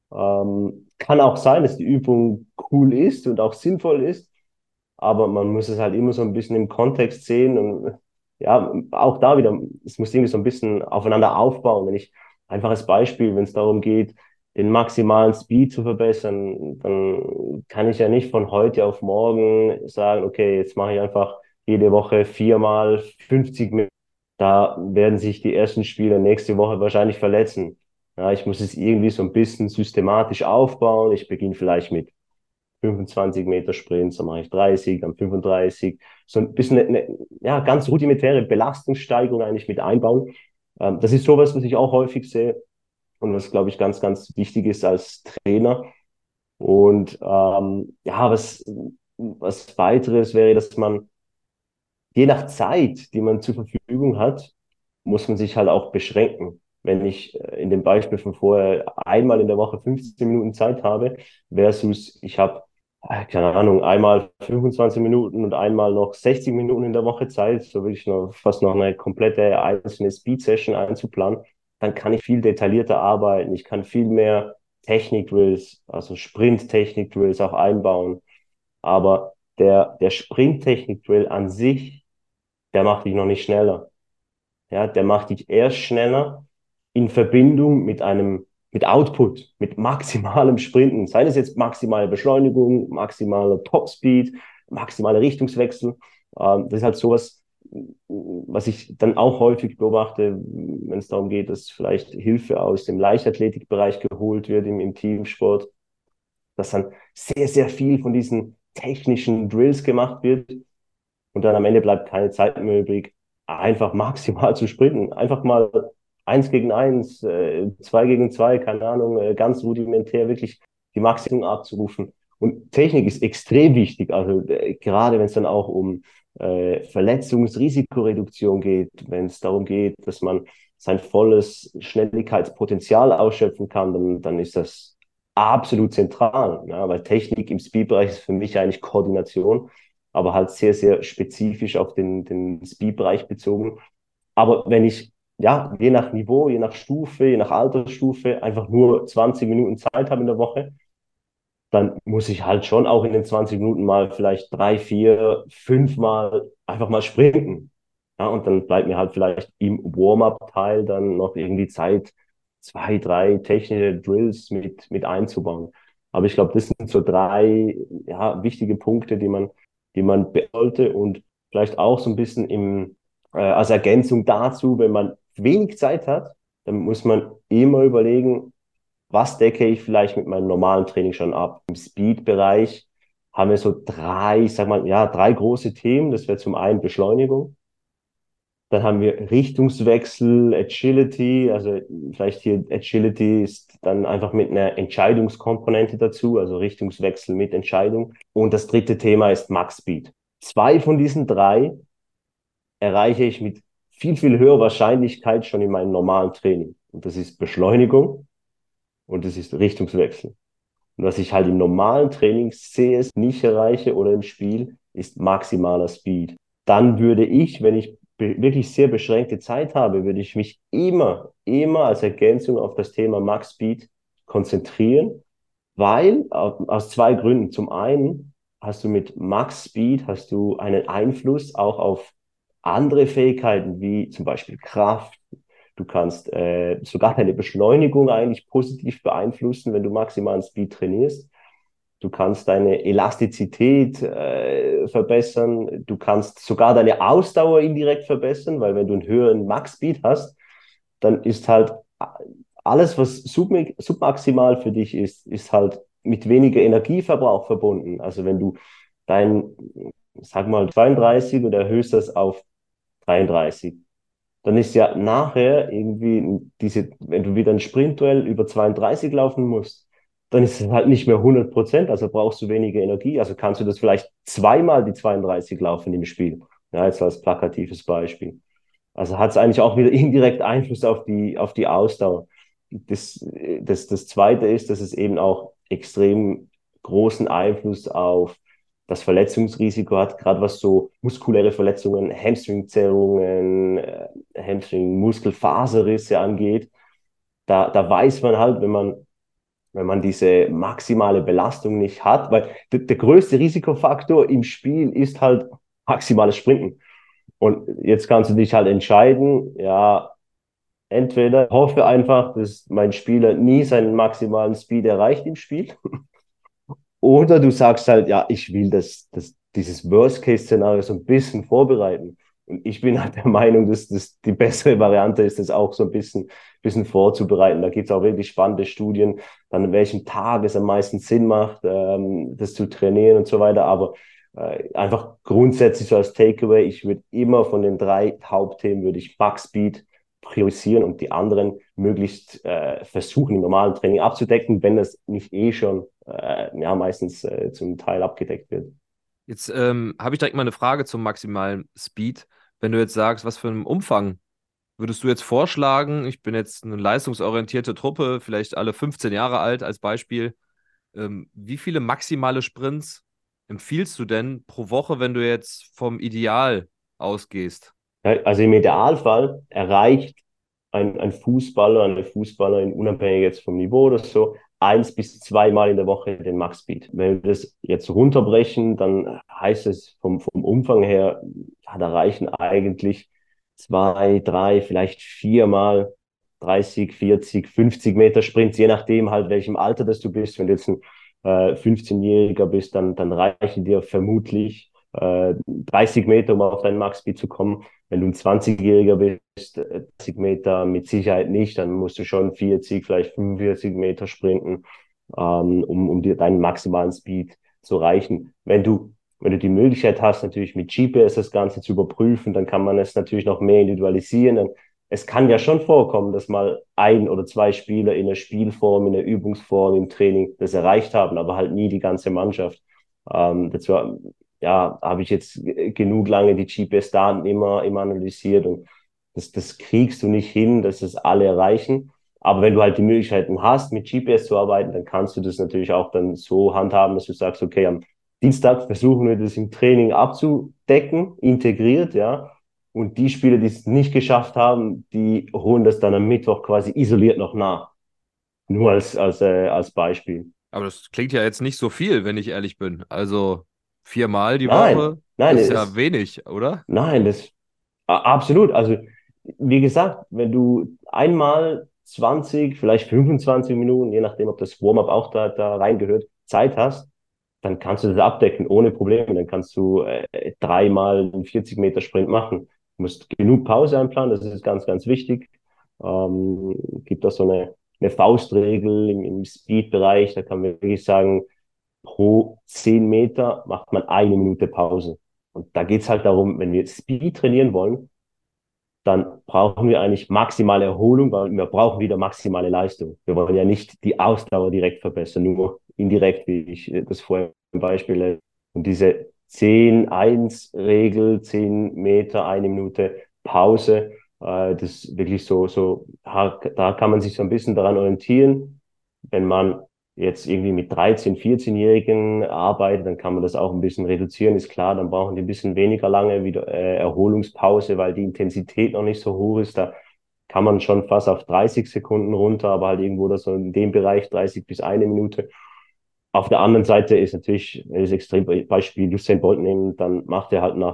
Kann auch sein, dass die Übung cool ist und auch sinnvoll ist, aber man muss es halt immer so ein bisschen im Kontext sehen und ja, auch da wieder, es muss irgendwie so ein bisschen aufeinander aufbauen. Wenn ich, einfaches Beispiel, wenn es darum geht, den maximalen Speed zu verbessern, dann kann ich ja nicht von heute auf morgen sagen, okay, jetzt mache ich einfach jede Woche 4 mal 50 Minuten. Da werden sich die ersten Spieler nächste Woche wahrscheinlich verletzen. Ja, ich muss es irgendwie so ein bisschen systematisch aufbauen. Ich beginne vielleicht mit 25 Meter Sprints, dann mache ich 30, dann 35. So ein bisschen ja, ganz rudimentäre Belastungssteigerung eigentlich mit einbauen. Das ist sowas, was ich auch häufig sehe und was, glaube ich, ganz, ganz wichtig ist als Trainer. Und ja, was weiteres wäre, dass man je nach Zeit, die man zur Verfügung hat, muss man sich halt auch beschränken. Wenn ich in dem Beispiel von vorher einmal in der Woche 15 Minuten Zeit habe, versus ich habe, keine Ahnung, einmal 25 Minuten und einmal noch 60 Minuten in der Woche Zeit, so will ich noch fast noch eine komplette einzelne Speed-Session einzuplanen, dann kann ich viel detaillierter arbeiten. Ich kann viel mehr Technik-Drills, also Sprint-Technik-Drills auch einbauen. Aber der Sprint-Technik-Drill an sich, der macht dich noch nicht schneller. Ja, der macht dich erst schneller in Verbindung mit Output, mit maximalem Sprinten. Sei es jetzt maximale Beschleunigung, maximaler Topspeed, maximaler Richtungswechsel. Das ist halt sowas, was ich dann auch häufig beobachte, wenn es darum geht, dass vielleicht Hilfe aus dem Leichtathletikbereich geholt wird im Teamsport, dass dann sehr, sehr viel von diesen technischen Drills gemacht wird und dann am Ende bleibt keine Zeit mehr übrig, einfach maximal zu sprinten. Einfach mal 1 gegen 1, 2 gegen 2, keine Ahnung, ganz rudimentär wirklich die Maximum abzurufen. Und Technik ist extrem wichtig, also gerade wenn es dann auch um Verletzungsrisikoreduktion geht, wenn es darum geht, dass man sein volles Schnelligkeitspotenzial ausschöpfen kann, dann ist das absolut zentral. Ja, weil Technik im Speedbereich ist für mich eigentlich Koordination, aber halt sehr, sehr spezifisch auf den Speed-Bereich bezogen. Aber wenn ich, ja, je nach Niveau, je nach Stufe, je nach Altersstufe, einfach nur 20 Minuten Zeit habe in der Woche, dann muss ich halt schon auch in den 20 Minuten mal vielleicht 3, 4, 5 Mal einfach mal sprinten. Ja, und dann bleibt mir halt vielleicht im Warm-up-Teil dann noch irgendwie Zeit, 2, 3 technische Drills mit einzubauen. Aber ich glaube, das sind so 3, ja, wichtige Punkte, die man beachte und vielleicht auch so ein bisschen als Ergänzung dazu, wenn man wenig Zeit hat, dann muss man immer überlegen, was decke ich vielleicht mit meinem normalen Training schon ab. Im Speed-Bereich haben wir so 3, ich sag mal, ja, 3 große Themen. Das wäre zum einen Beschleunigung. Dann haben wir Richtungswechsel, Agility. Also vielleicht hier Agility ist dann einfach mit einer Entscheidungskomponente dazu, also Richtungswechsel mit Entscheidung. Und das dritte Thema ist Max Speed. 2 von diesen 3 erreiche ich mit viel, viel höherer Wahrscheinlichkeit schon in meinem normalen Training. Und das ist Beschleunigung und das ist Richtungswechsel. Und was ich halt im normalen Training sehe, es nicht erreiche oder im Spiel, ist maximaler Speed. Dann würde ich, wenn ich wirklich sehr beschränkte Zeit habe, würde ich mich immer als Ergänzung auf das Thema Max Speed konzentrieren, weil aus zwei Gründen. Zum einen hast du mit Max Speed hast du einen Einfluss auch auf andere Fähigkeiten, wie zum Beispiel Kraft. Du kannst sogar deine Beschleunigung eigentlich positiv beeinflussen, wenn du maximalen Speed trainierst. Du kannst deine Elastizität verbessern. Du kannst sogar deine Ausdauer indirekt verbessern, weil wenn du einen höheren Max-Speed hast, dann ist halt alles, was submaximal für dich ist halt mit weniger Energieverbrauch verbunden. Also wenn du dein, sag mal, 32 und erhöhst das auf 33, dann ist ja nachher irgendwie wenn du wieder ein Sprintduell über 32 laufen musst, dann ist es halt nicht mehr 100%, also brauchst du weniger Energie. Also kannst du das vielleicht zweimal die 32 laufen im Spiel. Ja, jetzt als plakatives Beispiel. Also hat es eigentlich auch wieder indirekt Einfluss auf die Ausdauer. Das Zweite ist, dass es eben auch extrem großen Einfluss auf das Verletzungsrisiko hat, gerade was so muskuläre Verletzungen, Hamstringzerrungen, Hamstring-Muskelfaserrisse angeht. Da weiß man halt, wenn man diese maximale Belastung nicht hat, weil der größte Risikofaktor im Spiel ist halt maximales Sprinten. Und jetzt kannst du dich halt entscheiden, ja, entweder hoffe einfach, dass mein Spieler nie seinen maximalen Speed erreicht im Spiel, oder du sagst halt, ja, ich will dieses Worst-Case-Szenario so ein bisschen vorbereiten. Und ich bin halt der Meinung, dass das die bessere Variante ist, das auch so bisschen vorzubereiten. Da gibt es auch wirklich spannende Studien, dann an welchem Tag es am meisten Sinn macht, das zu trainieren und so weiter. Aber einfach grundsätzlich so als Takeaway, ich würde immer von den drei Hauptthemen, würde ich Max Speed priorisieren und die anderen möglichst versuchen, im normalen Training abzudecken, wenn das nicht eh schon ja, meistens zum Teil abgedeckt wird. Jetzt habe ich direkt mal eine Frage zum maximalen Speed. Wenn du jetzt sagst, was für einen Umfang würdest du jetzt vorschlagen? Ich bin jetzt eine leistungsorientierte Truppe, vielleicht alle 15 Jahre alt als Beispiel. Wie viele maximale Sprints empfiehlst du denn pro Woche, wenn du jetzt vom Ideal ausgehst? Ja, also im Idealfall erreicht ein Fußballer, eine Fußballerin, unabhängig jetzt vom Niveau oder so, 1 bis 2 Mal in der Woche den Max-Speed. Wenn wir das jetzt runterbrechen, dann heißt es vom Umfang her, ja, da reichen eigentlich 2, 3, vielleicht 4 Mal 30, 40, 50 Meter Sprints, je nachdem halt, welchem Alter das du bist. Wenn du jetzt ein 15-Jähriger bist, dann reichen dir vermutlich 30 Meter, um auf deinen Max-Speed zu kommen. Wenn du ein 20-Jähriger bist, 30 Meter mit Sicherheit nicht, dann musst du schon 40, vielleicht 45 Meter sprinten, um dir deinen maximalen Speed zu erreichen. Wenn du die Möglichkeit hast, natürlich mit GPS das Ganze zu überprüfen, dann kann man es natürlich noch mehr individualisieren. Es kann ja schon vorkommen, dass mal ein oder zwei Spieler in der Spielform, in der Übungsform, im Training das erreicht haben, aber halt nie die ganze Mannschaft. Dazu ja, habe ich jetzt genug lange die GPS-Daten immer analysiert und das kriegst du nicht hin, dass es alle erreichen. Aber wenn du halt die Möglichkeiten hast, mit GPS zu arbeiten, dann kannst du das natürlich auch dann so handhaben, dass du sagst, okay, am Dienstag versuchen wir das im Training abzudecken, integriert, ja. Und die Spieler, die es nicht geschafft haben, die holen das dann am Mittwoch quasi isoliert noch nach. Nur als Beispiel. Aber das klingt ja jetzt nicht so viel, wenn ich ehrlich bin. Also 4 Mal die Nein, Woche nein, ist ja wenig, oder? nein, absolut. Also, wie gesagt, wenn du einmal 20, vielleicht 25 Minuten, je nachdem, ob das Warm-up auch da reingehört, Zeit hast, dann kannst du das abdecken ohne Probleme. Dann kannst du 3 Mal einen 40 Meter Sprint machen. Du musst genug Pause einplanen, das ist ganz wichtig. Gibt da so eine Faustregel im Speed-Bereich, da kann man wirklich sagen, pro 10 Meter macht man 1 Minute Pause. Und da geht's halt darum, wenn wir Speed trainieren wollen, dann brauchen wir eigentlich maximale Erholung, weil wir brauchen wieder maximale Leistung. Wir wollen ja nicht die Ausdauer direkt verbessern, nur indirekt, wie ich das vorher im Beispiel. Und diese 10-1-Regel, 10 Meter, 1 Minute Pause, das wirklich da kann man sich so ein bisschen daran orientieren. Wenn man jetzt irgendwie mit 13-, 14-Jährigen arbeitet, dann kann man das auch ein bisschen reduzieren, ist klar, dann brauchen die ein bisschen weniger lange wieder Erholungspause, weil die Intensität noch nicht so hoch ist. Da kann man schon fast auf 30 Sekunden runter, aber halt irgendwo das so in dem Bereich 30 bis 1 Minute. Auf der anderen Seite ist natürlich, wenn ich das Extrembeispiel Usain Bolt nehmen, dann macht er halt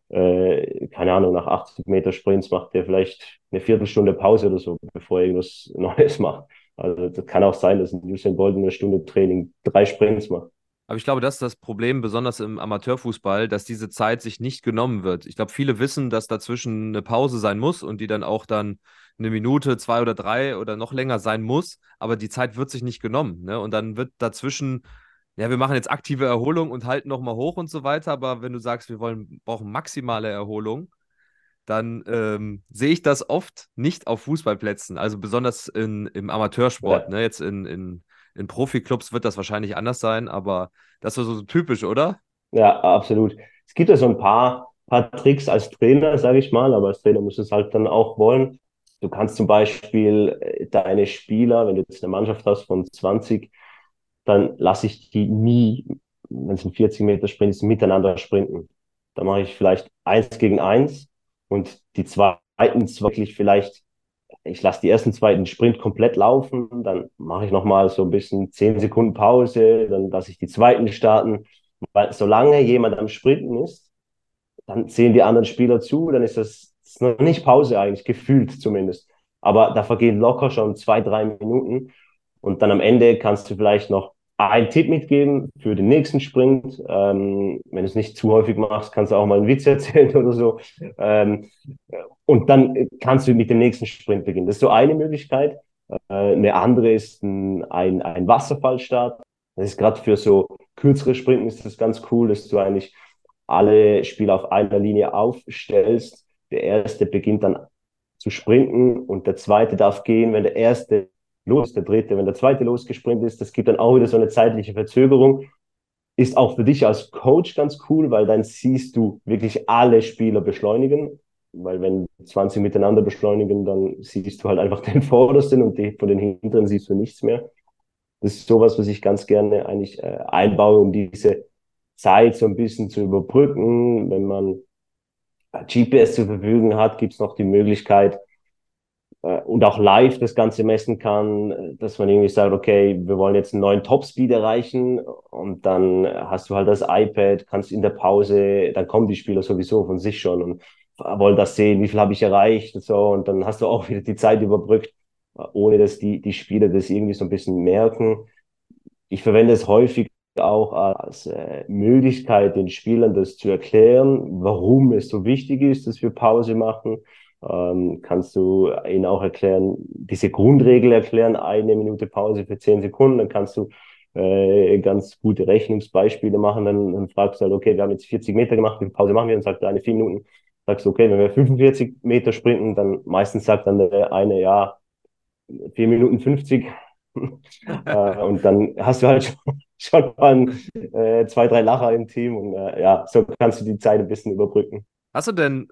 keine Ahnung, nach 80 Meter Sprints macht er vielleicht eine Viertelstunde Pause oder so, bevor er irgendwas Neues macht. Also das kann auch sein, dass ein Usain Bolt in einer Stunde Training 3 Sprints macht. Aber ich glaube, das ist das Problem, besonders im Amateurfußball, dass diese Zeit sich nicht genommen wird. Ich glaube, viele wissen, dass dazwischen eine Pause sein muss und die dann auch dann 1 Minute, 2 oder 3 oder noch länger sein muss, aber die Zeit wird sich nicht genommen. Ne? Und dann wird dazwischen, ja, wir machen jetzt aktive Erholung und halten nochmal hoch und so weiter, aber wenn du sagst, brauchen maximale Erholung, dann sehe ich das oft nicht auf Fußballplätzen, also besonders im Amateursport. Ja, Ne? Jetzt in Profiklubs wird das wahrscheinlich anders sein, aber das ist so typisch, oder? ja, absolut. Es gibt ja so ein paar Tricks als Trainer, sage ich mal, aber als Trainer musst du es halt dann auch wollen. Du kannst zum Beispiel deine Spieler, wenn du jetzt eine Mannschaft hast von 20, dann lasse ich die nie, wenn es ein 40 Meter Sprint ist, miteinander sprinten. Da mache ich vielleicht 1 gegen 1 und die zweiten wirklich vielleicht, ich lasse die ersten zweiten Sprint komplett laufen, dann mache ich nochmal so ein bisschen 10 Sekunden Pause, dann lasse ich die zweiten starten, weil solange jemand am Sprinten ist, dann sehen die anderen Spieler zu, dann ist noch nicht Pause eigentlich, gefühlt zumindest. Aber da vergehen locker schon 2, 3 Minuten und dann am Ende kannst du vielleicht noch einen Tipp mitgeben für den nächsten Sprint. Wenn du es nicht zu häufig machst, kannst du auch mal einen Witz erzählen oder so. Ähm, und dann kannst du mit dem nächsten Sprint beginnen. Das ist so eine Möglichkeit. Eine andere ist ein Wasserfallstart. Das ist gerade für so kürzere Sprinten ist das ganz cool, dass du eigentlich alle Spieler auf einer Linie aufstellst. Der erste beginnt dann zu sprinten und der zweite darf gehen, wenn der erste los, der dritte, wenn der zweite losgesprintet ist. Das gibt dann auch wieder so eine zeitliche Verzögerung. Ist auch für dich als Coach ganz cool, weil dann siehst du wirklich alle Spieler beschleunigen. Weil wenn 20 miteinander beschleunigen, dann siehst du halt einfach den Vordersten und von den Hinteren siehst du nichts mehr. Das ist sowas, was ich ganz gerne eigentlich einbaue, um diese Zeit so ein bisschen zu überbrücken. Wenn man GPS zur Verfügung hat, gibt es noch die Möglichkeit, und auch live das Ganze messen kann, dass man irgendwie sagt, okay, wir wollen jetzt einen neuen Topspeed erreichen und dann hast du halt das iPad, kannst in der Pause, dann kommen die Spieler sowieso von sich schon und wollen das sehen, wie viel habe ich erreicht und so und dann hast du auch wieder die Zeit überbrückt, ohne dass die Spieler das irgendwie so ein bisschen merken. Ich verwende es häufig auch als Möglichkeit, den Spielern das zu erklären, warum es so wichtig ist, dass wir Pause machen. Kannst du ihnen auch erklären, diese Grundregel erklären, 1 Minute Pause für 10 Sekunden, dann kannst du ganz gute Rechnungsbeispiele machen, dann fragst du halt, okay, wir haben jetzt 40 Meter gemacht, wie viel Pause machen wir? Und sagt der eine 4 Minuten. Sagst du, okay, wenn wir 45 Meter sprinten, dann meistens sagt dann der eine, ja, 4 Minuten 50. Und dann hast du halt schon mal 2, 3 Lacher im Team und ja, so kannst du die Zeit ein bisschen überbrücken. Hast du denn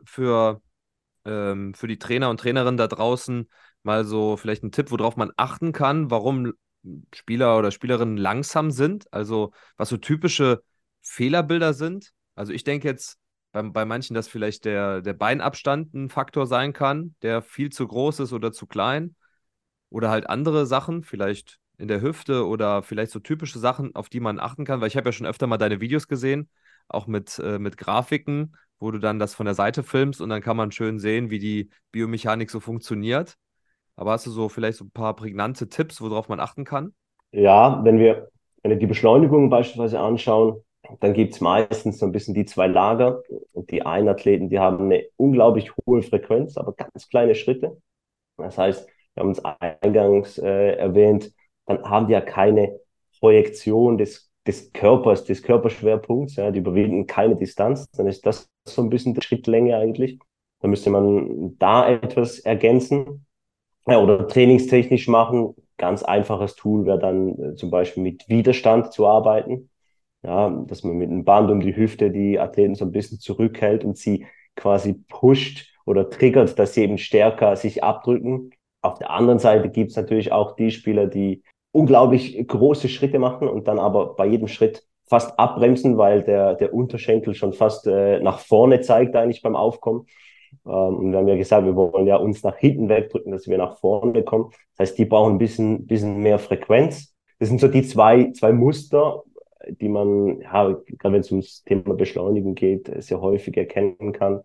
für die Trainer und Trainerinnen da draußen mal so vielleicht einen Tipp, worauf man achten kann, warum Spieler oder Spielerinnen langsam sind? Also was so typische Fehlerbilder sind? Also ich denke jetzt bei manchen, dass vielleicht der Beinabstand ein Faktor sein kann, der viel zu groß ist oder zu klein. Oder halt andere Sachen, vielleicht in der Hüfte oder vielleicht so typische Sachen, auf die man achten kann, weil ich habe ja schon öfter mal deine Videos gesehen, auch mit Grafiken, wo du dann das von der Seite filmst und dann kann man schön sehen, wie die Biomechanik so funktioniert. Aber hast du so vielleicht so ein paar prägnante Tipps, worauf man achten kann? Ja, wenn wir die Beschleunigung beispielsweise anschauen, dann gibt es meistens so ein bisschen die zwei Lager. Und die einen Athleten, die haben eine unglaublich hohe Frequenz, aber ganz kleine Schritte. Das heißt, wir haben uns eingangs erwähnt, dann haben die ja keine Projektion des Körpers, des Körperschwerpunkts, ja, die überwinden keine Distanz, dann ist das so ein bisschen die Schrittlänge eigentlich. Da müsste man da etwas ergänzen, ja, oder trainingstechnisch machen. Ganz einfaches Tool wäre dann zum Beispiel mit Widerstand zu arbeiten. Ja, dass man mit einem Band um die Hüfte die Athleten so ein bisschen zurückhält und sie quasi pusht oder triggert, dass sie eben stärker sich abdrücken. Auf der anderen Seite gibt es natürlich auch die Spieler, die unglaublich große Schritte machen und dann aber bei jedem Schritt fast abbremsen, weil der Unterschenkel schon fast nach vorne zeigt eigentlich beim Aufkommen. Und wir haben ja gesagt, wir wollen ja uns nach hinten wegdrücken, dass wir nach vorne kommen. Das heißt, die brauchen bisschen mehr Frequenz. Das sind so die zwei Muster, die man, ja, gerade wenn es ums Thema Beschleunigen geht, sehr häufig erkennen kann.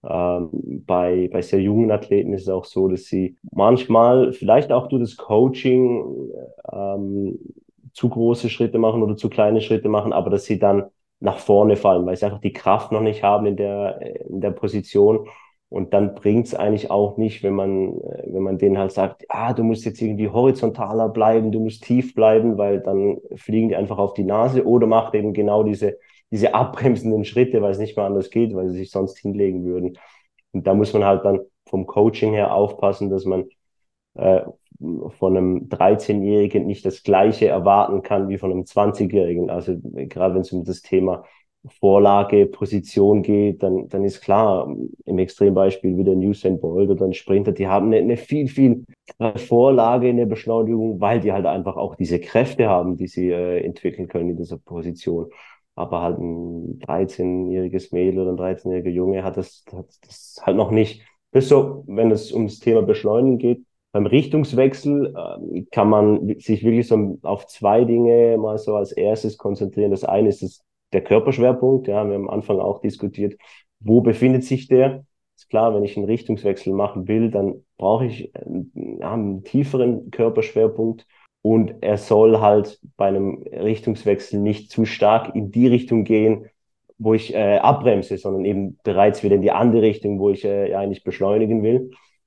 Bei sehr jungen Athleten ist es auch so, dass sie manchmal, vielleicht auch durch das Coaching, ähm, zu große Schritte machen oder zu kleine Schritte machen, aber dass sie dann nach vorne fallen, weil sie einfach die Kraft noch nicht haben in der Position. Und dann bringt es eigentlich auch nicht, wenn man denen halt sagt, ah, du musst jetzt irgendwie horizontaler bleiben, du musst tief bleiben, weil dann fliegen die einfach auf die Nase oder macht eben genau diese abbremsenden Schritte, weil es nicht mehr anders geht, weil sie sich sonst hinlegen würden. Und da muss man halt dann vom Coaching her aufpassen, dass man äh, von einem 13-Jährigen nicht das Gleiche erwarten kann wie von einem 20-Jährigen. Also gerade wenn es um das Thema Vorlage, Position geht, dann ist klar, im Extrembeispiel wie der Usain Bolt oder ein Sprinter, die haben eine viel Vorlage in der Beschleunigung, weil die halt einfach auch diese Kräfte haben, die sie entwickeln können in dieser Position. Aber halt ein 13-jähriges Mädel oder ein 13-jähriger Junge hat das halt noch nicht. Das ist so, wenn es ums Thema Beschleunigen geht. Beim Richtungswechsel kann man sich wirklich so auf zwei Dinge mal so als erstes konzentrieren. Das eine ist der Körperschwerpunkt. Ja, wir haben am Anfang auch diskutiert, wo befindet sich der? Ist klar, wenn ich einen Richtungswechsel machen will, dann brauche ich ja, einen tieferen Körperschwerpunkt und er soll halt bei einem Richtungswechsel nicht zu stark in die Richtung gehen, wo ich abbremse, sondern eben bereits wieder in die andere Richtung, wo ich ja eigentlich beschleunigen will.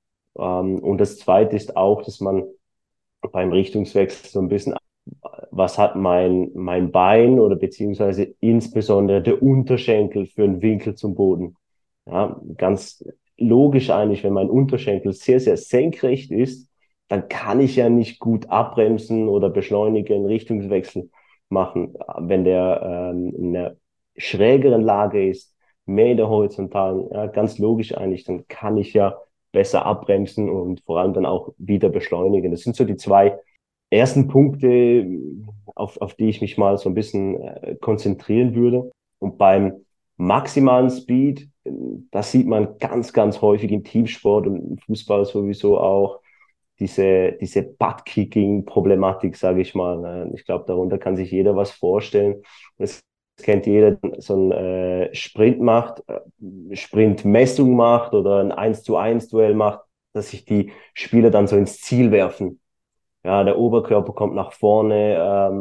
Und das Zweite ist auch, dass man beim Richtungswechsel so ein bisschen, was hat mein Bein oder beziehungsweise insbesondere der Unterschenkel für einen Winkel zum Boden. Ja, ganz logisch eigentlich, wenn mein Unterschenkel sehr senkrecht ist, dann kann ich ja nicht gut abbremsen oder beschleunigen, einen Richtungswechsel machen. Wenn der in einer schrägeren Lage ist, mehr in der horizontalen, ja, ganz logisch eigentlich, dann kann ich ja besser abbremsen und vor allem dann auch wieder beschleunigen. Das sind so die zwei ersten Punkte, auf die ich mich mal so ein bisschen konzentrieren würde. Und beim maximalen Speed, das sieht man ganz häufig im Teamsport und im Fußball sowieso auch, diese Butt-Kicking-Problematik, sage ich mal. Ich glaube, darunter kann sich jeder was vorstellen. Und es kennt jeder, so ein Sprint macht, Sprintmessung macht oder ein 1-zu-1 Duell macht, dass sich die Spieler dann so ins Ziel werfen. Ja, der Oberkörper kommt nach vorne,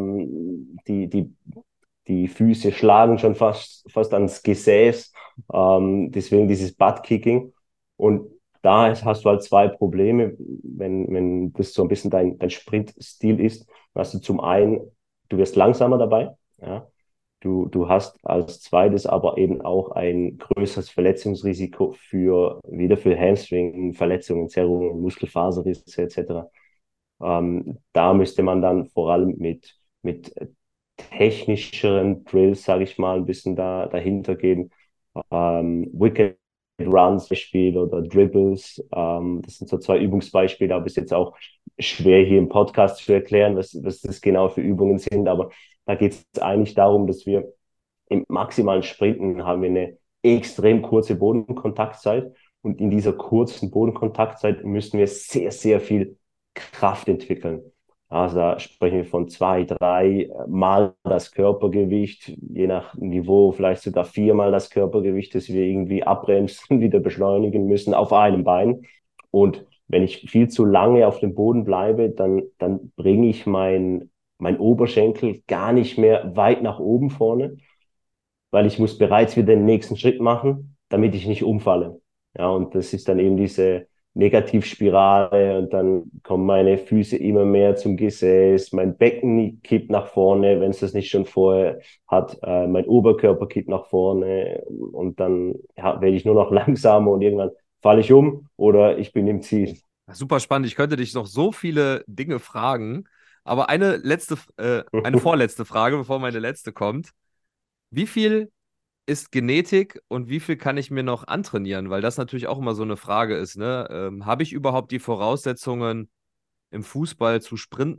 die Füße schlagen schon fast ans Gesäß, deswegen dieses Butt-Kicking. Und da hast du halt zwei Probleme, wenn das so ein bisschen dein Sprintstil ist. Hast du zum einen, du wirst langsamer dabei, ja. Du hast als zweites aber eben auch ein größeres Verletzungsrisiko wieder für Hamstring-Verletzungen, Zerrungen, Muskelfaserrisse etc. Da müsste man dann vor allem mit technischeren Drills, sage ich mal, ein bisschen dahinter gehen. Wicked Runs Beispiel oder Dribbles. Das sind so zwei Übungsbeispiele, aber ist jetzt auch schwer hier im Podcast zu erklären, was das genau für Übungen sind. Aber da geht es eigentlich darum, dass wir im maximalen Sprinten haben wir eine extrem kurze Bodenkontaktzeit und in dieser kurzen Bodenkontaktzeit müssen wir sehr viel Kraft entwickeln. Also da sprechen wir von 2, 3 Mal das Körpergewicht, je nach Niveau vielleicht sogar 4 Mal das Körpergewicht, das wir irgendwie abbremsen, wieder beschleunigen müssen auf einem Bein. Und wenn ich viel zu lange auf dem Boden bleibe, dann bringe ich mein Oberschenkel gar nicht mehr weit nach oben vorne, weil ich muss bereits wieder den nächsten Schritt machen, damit ich nicht umfalle. Ja, und das ist dann eben diese Negativspirale und dann kommen meine Füße immer mehr zum Gesäß, mein Becken kippt nach vorne, wenn es das nicht schon vorher hat, mein Oberkörper kippt nach vorne und dann ja, werde ich nur noch langsamer und irgendwann falle ich um oder ich bin im Ziel. Super spannend. Ich könnte dich noch so viele Dinge fragen, aber eine vorletzte Frage, bevor meine letzte kommt. Wie viel ist Genetik und wie viel kann ich mir noch antrainieren? Weil das natürlich auch immer so eine Frage ist, ne? Habe ich überhaupt die Voraussetzungen, im Fußball zu sprinten?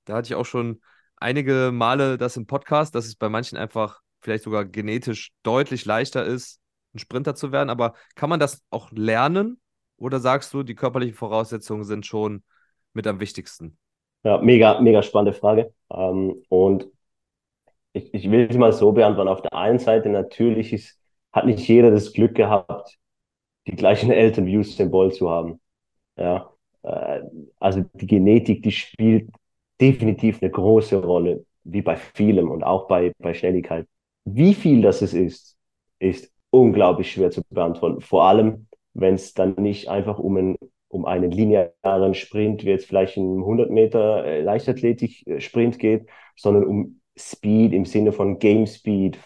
Da hatte ich auch schon einige Male das im Podcast, dass es bei manchen einfach vielleicht sogar genetisch deutlich leichter ist, ein Sprinter zu werden. Aber kann man das auch lernen? Oder sagst du, die körperlichen Voraussetzungen sind schon mit am wichtigsten? Ja, mega, mega spannende Frage. Und ich will es mal so beantworten. Auf der einen Seite natürlich hat nicht jeder das Glück gehabt, die gleichen Eltern wie Usain Bolt zu haben. Ja, äh, also die Genetik, die spielt definitiv eine große Rolle, wie bei vielem und auch bei Schnelligkeit. Wie viel das es ist unglaublich schwer zu beantworten. Vor allem, wenn es dann nicht einfach um einen linearen Sprint, wie jetzt vielleicht ein 100 Meter Leichtathletik-Sprint geht, sondern um Speed im Sinne von Game Speed,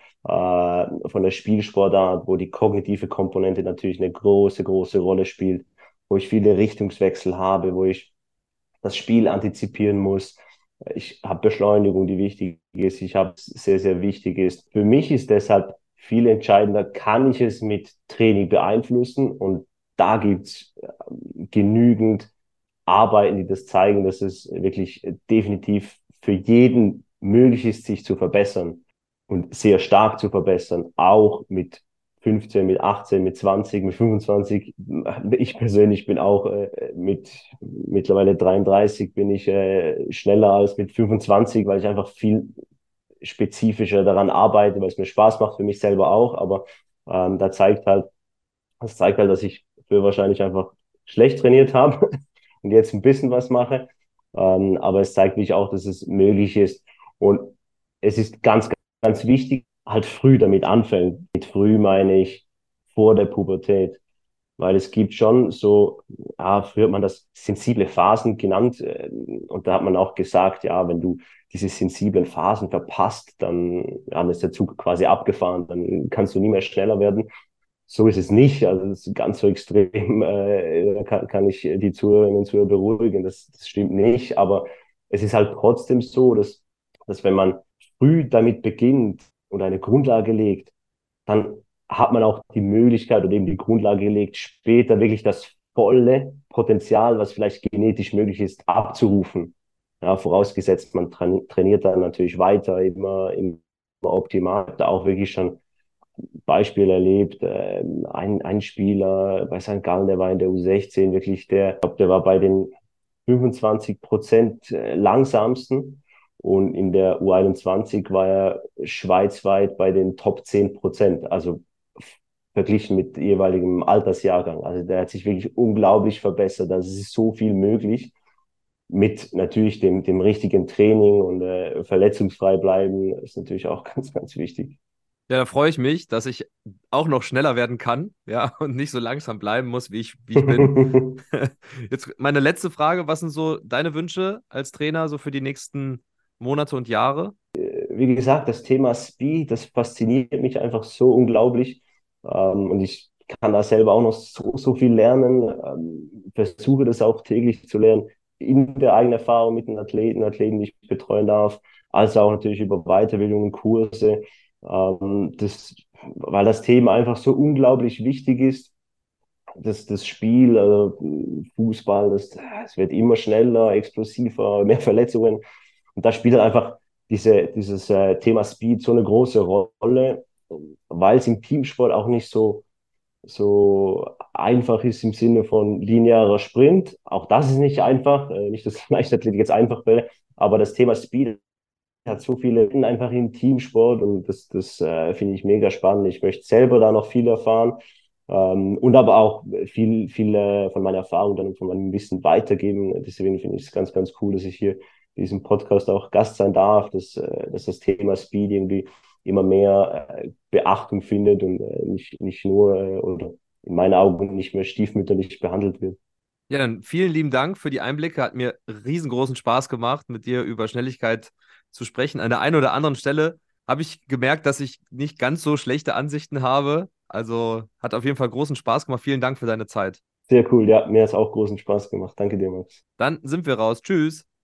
von der Spielsportart, wo die kognitive Komponente natürlich eine große, große Rolle spielt, wo ich viele Richtungswechsel habe, wo ich das Spiel antizipieren muss. Ich habe Beschleunigung, die wichtig ist. Ich habe sehr, sehr wichtig ist. Für mich ist deshalb viel entscheidender, kann ich es mit Training beeinflussen? Und da gibt's genügend Arbeiten, die das zeigen, dass es wirklich definitiv für jeden möglich ist, sich zu verbessern und sehr stark zu verbessern, auch mit 15, mit 18, mit 20, mit 25. Ich persönlich bin auch mit mittlerweile 33 bin ich schneller als mit 25, weil ich einfach viel spezifischer daran arbeite, weil es mir Spaß macht, für mich selber auch. Aber da das zeigt halt, dass ich früher wahrscheinlich einfach schlecht trainiert habe und jetzt ein bisschen was mache. Aber es zeigt mich auch, dass es möglich ist. Und es ist ganz, ganz wichtig, halt früh damit anfangen. Mit früh meine ich vor der Pubertät. Weil es gibt schon so, ja, früher hat man das sensible Phasen genannt. Und da hat man auch gesagt, ja, wenn du diese sensiblen Phasen verpasst, dann ist der Zug quasi abgefahren, dann kannst du nie mehr schneller werden. So ist es nicht. Also das ist ganz so extrem, kann ich die Zuhörerinnen und Zuhörer beruhigen. Das stimmt nicht. Aber es ist halt trotzdem so, dass wenn man früh damit beginnt und eine Grundlage legt, dann hat man auch die Möglichkeit oder eben die Grundlage gelegt, später wirklich das volle Potenzial, was vielleicht genetisch möglich ist, abzurufen. Ja, vorausgesetzt, man trainiert dann natürlich weiter, immer optimal. Da auch wirklich schon Beispiel erlebt. Ein Spieler bei St. Gallen, der war in der U16 wirklich ich glaube, der war bei den 25% langsamsten. Und in der U21 war er schweizweit bei den Top 10%, also verglichen mit jeweiligem Altersjahrgang. Also der hat sich wirklich unglaublich verbessert. Also es ist so viel möglich mit natürlich dem richtigen Training und verletzungsfrei bleiben ist natürlich auch ganz, ganz wichtig. Ja, da freue ich mich, dass ich auch noch schneller werden kann, ja, und nicht so langsam bleiben muss, wie ich bin. Jetzt meine letzte Frage: Was sind so deine Wünsche als Trainer so für die nächsten Monate und Jahre? Wie gesagt, das Thema Speed, das fasziniert mich einfach so unglaublich. Und ich kann da selber auch noch so, so viel lernen. Versuche das auch täglich zu lernen, in der eigenen Erfahrung mit den Athleten, die ich betreuen darf, als auch natürlich über Weiterbildungen, Kurse. Weil das Thema einfach so unglaublich wichtig ist. Das Spiel, also Fußball, es wird immer schneller, explosiver, mehr Verletzungen. Und da spielt halt einfach dieses Thema Speed so eine große Rolle, weil es im Teamsport auch nicht so einfach ist im Sinne von linearer Sprint. Auch das ist nicht einfach, nicht, dass Leichtathletik jetzt einfach wäre, aber das Thema Speed hat so viele einfach im Teamsport und das finde ich mega spannend. Ich möchte selber da noch viel erfahren und aber auch viel von meiner Erfahrung dann und von meinem Wissen weitergeben. Deswegen finde ich es ganz, ganz cool, dass ich hier in diesem Podcast auch Gast sein darf, dass das Thema Speed irgendwie immer mehr Beachtung findet und nicht nur oder in meinen Augen nicht mehr stiefmütterlich behandelt wird. Ja, dann vielen lieben Dank für die Einblicke. Hat mir riesengroßen Spaß gemacht, mit dir über Schnelligkeit zu sprechen. An der einen oder anderen Stelle habe ich gemerkt, dass ich nicht ganz so schlechte Ansichten habe. Also hat auf jeden Fall großen Spaß gemacht. Vielen Dank für deine Zeit. Sehr cool, ja, mir hat es auch großen Spaß gemacht. Danke dir, Max. Dann sind wir raus. Tschüss.